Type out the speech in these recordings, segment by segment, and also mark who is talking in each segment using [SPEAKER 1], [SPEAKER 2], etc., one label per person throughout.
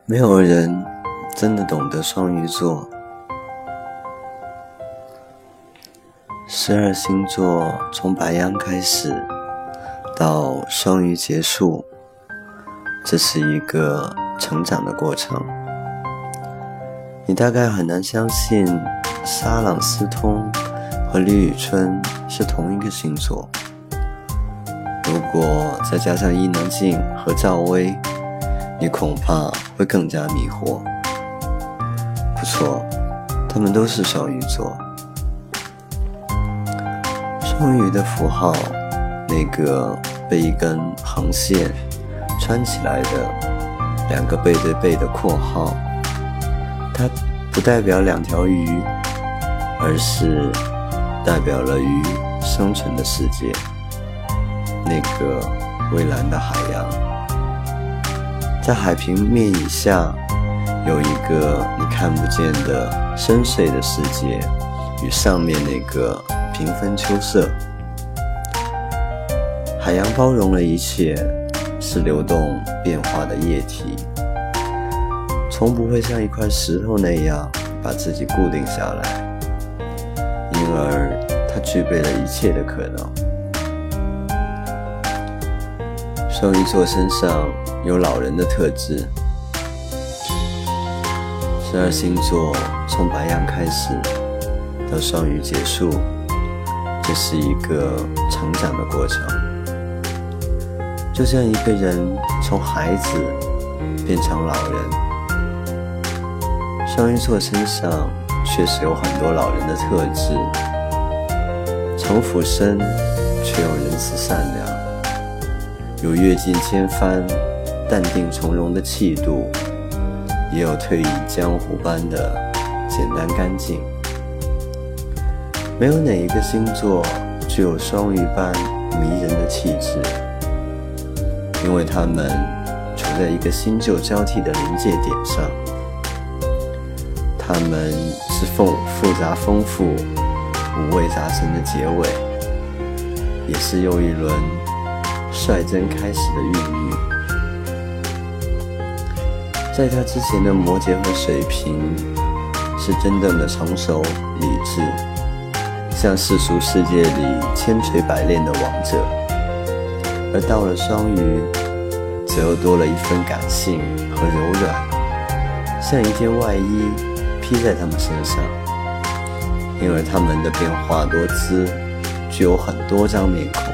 [SPEAKER 1] 没有人真的懂得双鱼座。12星座从白羊开始到双鱼结束，这是一个成长的过程。你大概很难相信沙朗斯通和李宇春是同一个星座，如果再加上伊能静和赵薇，你恐怕会更加迷惑。不错，他们都是双鱼座。双鱼的符号，那个被一根横线穿起来的2个背对背的括号，它不代表2条鱼，而是代表了鱼生存的世界，那个蔚蓝的海洋。在海平面以下，有一个你看不见的深邃的世界，与上面那个平分秋色。海洋包容了一切，是流动变化的液体，从不会像一块石头那样把自己固定下来，因而它具备了一切的可能。双鱼座身上有老人的特质。12星座从白羊开始到双鱼结束，这是一个成长的过程。就像一个人从孩子变成老人，双鱼座身上确实有很多老人的特质，城府深却又仁慈善良，有阅尽千帆淡定从容的气度，也有退隐江湖般的简单干净。没有哪一个星座具有双鱼般迷人的气质，因为他们处在一个新旧交替的临界点上。他们是复杂丰富、五味杂陈的结尾，也是又一轮率真开始的孕育。在他之前的摩羯和水瓶是真正的成熟理智，像世俗世界里千锤百炼的王者，而到了双鱼，则又多了一份感性和柔软，像一件外衣披在他们身上。因而他们的变化多姿，具有很多张面孔，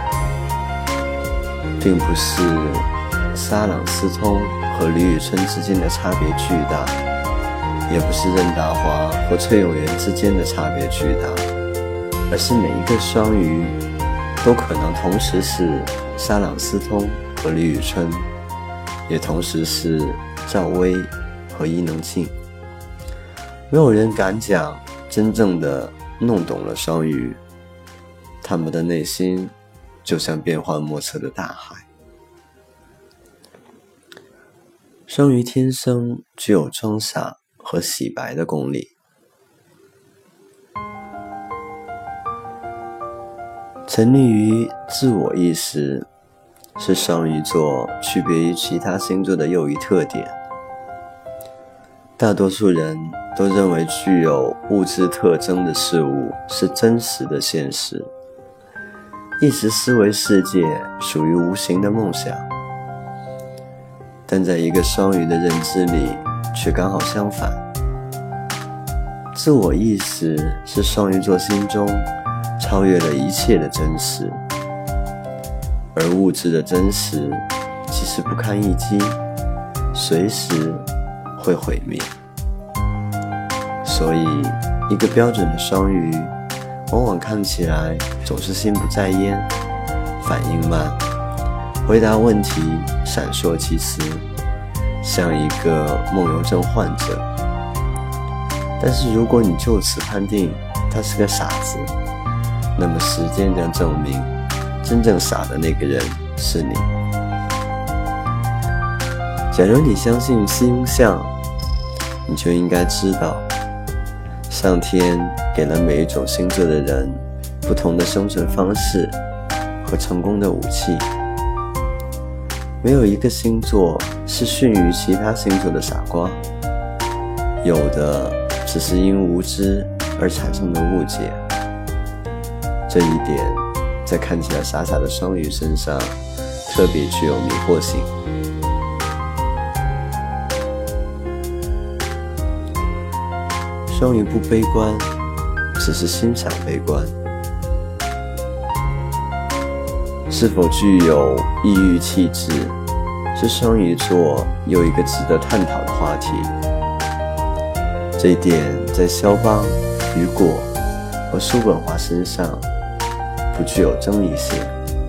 [SPEAKER 1] 并不是沙朗斯通和李宇春之间的差别巨大，也不是任达华和崔永元之间的差别巨大，而是每一个双鱼都可能同时是沙朗斯通和李宇春，也同时是赵薇和伊能静。没有人敢讲真正的弄懂了双鱼，他们的内心就像变幻莫测的大海。双鱼天生具有装傻和洗白的功力。沉溺于自我意识是双鱼座区别于其他星座的又一特点。大多数人都认为具有物质特征的事物是真实的现实，意识思维世界属于无形的梦想。但在一个双鱼的认知里却刚好相反，自我意识是双鱼座心中超越了一切的真实，而物质的真实其实不堪一击，随时会毁灭。所以一个标准的双鱼往往看起来总是心不在焉，反应慢，回答问题闪烁其词，像一个梦游症患者。但是如果你就此判定他是个傻子，那么时间将证明真正傻的那个人是你。假如你相信星象，你就应该知道，上天给了每一种星座的人不同的生存方式和成功的武器。 没有一个星座是逊于其他星座的傻瓜，有的只是因无知而产生的误解。这一点在看起来傻傻的双鱼身上特别具有迷惑性。双鱼不悲观，只是欣赏悲观。是否具有抑郁气质，是双鱼座又一个值得探讨的话题。这一点在肖邦、雨果和叔本华身上不具有争议性。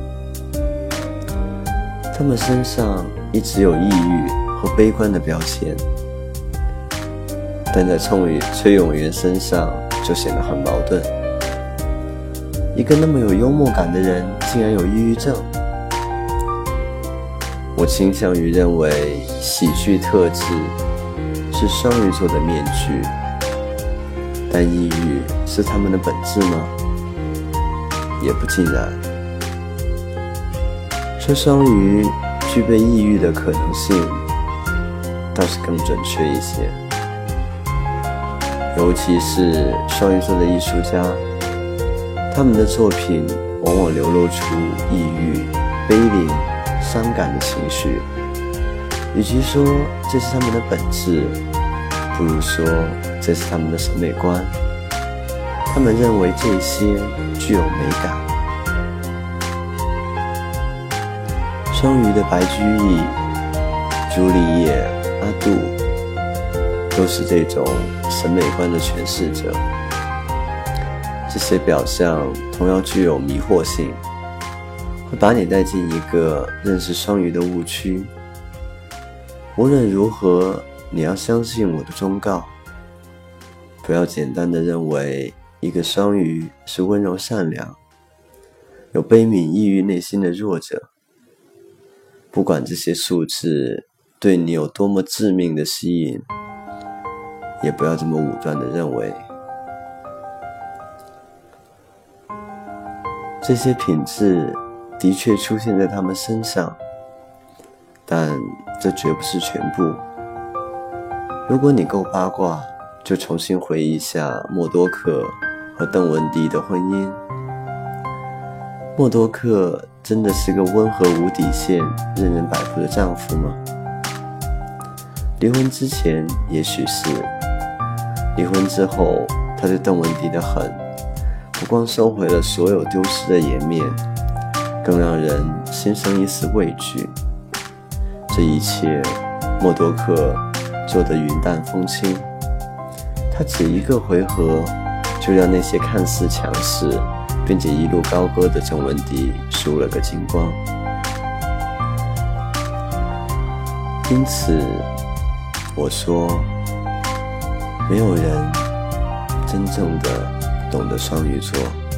[SPEAKER 1] 他们身上一直有抑郁和悲观的标签，但在崔永元身上就显得很矛盾。一个那么有幽默感的人竟然有抑郁症。我倾向于认为喜剧特质是双鱼座的面具，但抑郁是他们的本质吗？也不尽然。说双鱼具备抑郁的可能性倒是更准确一些，尤其是双鱼座的艺术家，他们的作品往往流露出抑郁、悲悯、伤感的情绪。与其说这是他们的本质，不如说这是他们的审美观。他们认为这些具有美感。双鱼的白居易、朱丽叶、阿杜都是这种审美观的诠释者。这些表象同样具有迷惑性，会把你带进一个认识双鱼的误区。无论如何，你要相信我的忠告，不要简单地认为一个双鱼是温柔善良、有悲悯抑郁内心的弱者。不管这些素质对你有多么致命的吸引，也不要这么武断地认为。这些品质的确出现在他们身上，但这绝不是全部。如果你够八卦，就重新回忆一下默多克和邓文迪的婚姻。默多克真的是个温和无底线、任人摆布的丈夫吗？离婚之前也许是，离婚之后他对邓文迪的狠不光收回了所有丢失的颜面，更让人心生一丝畏惧。这一切默多克做得云淡风轻，他只一个回合就让那些看似强势并且一路高歌的郑文迪输了个精光。因此我说，没有人真正的懂得双鱼座。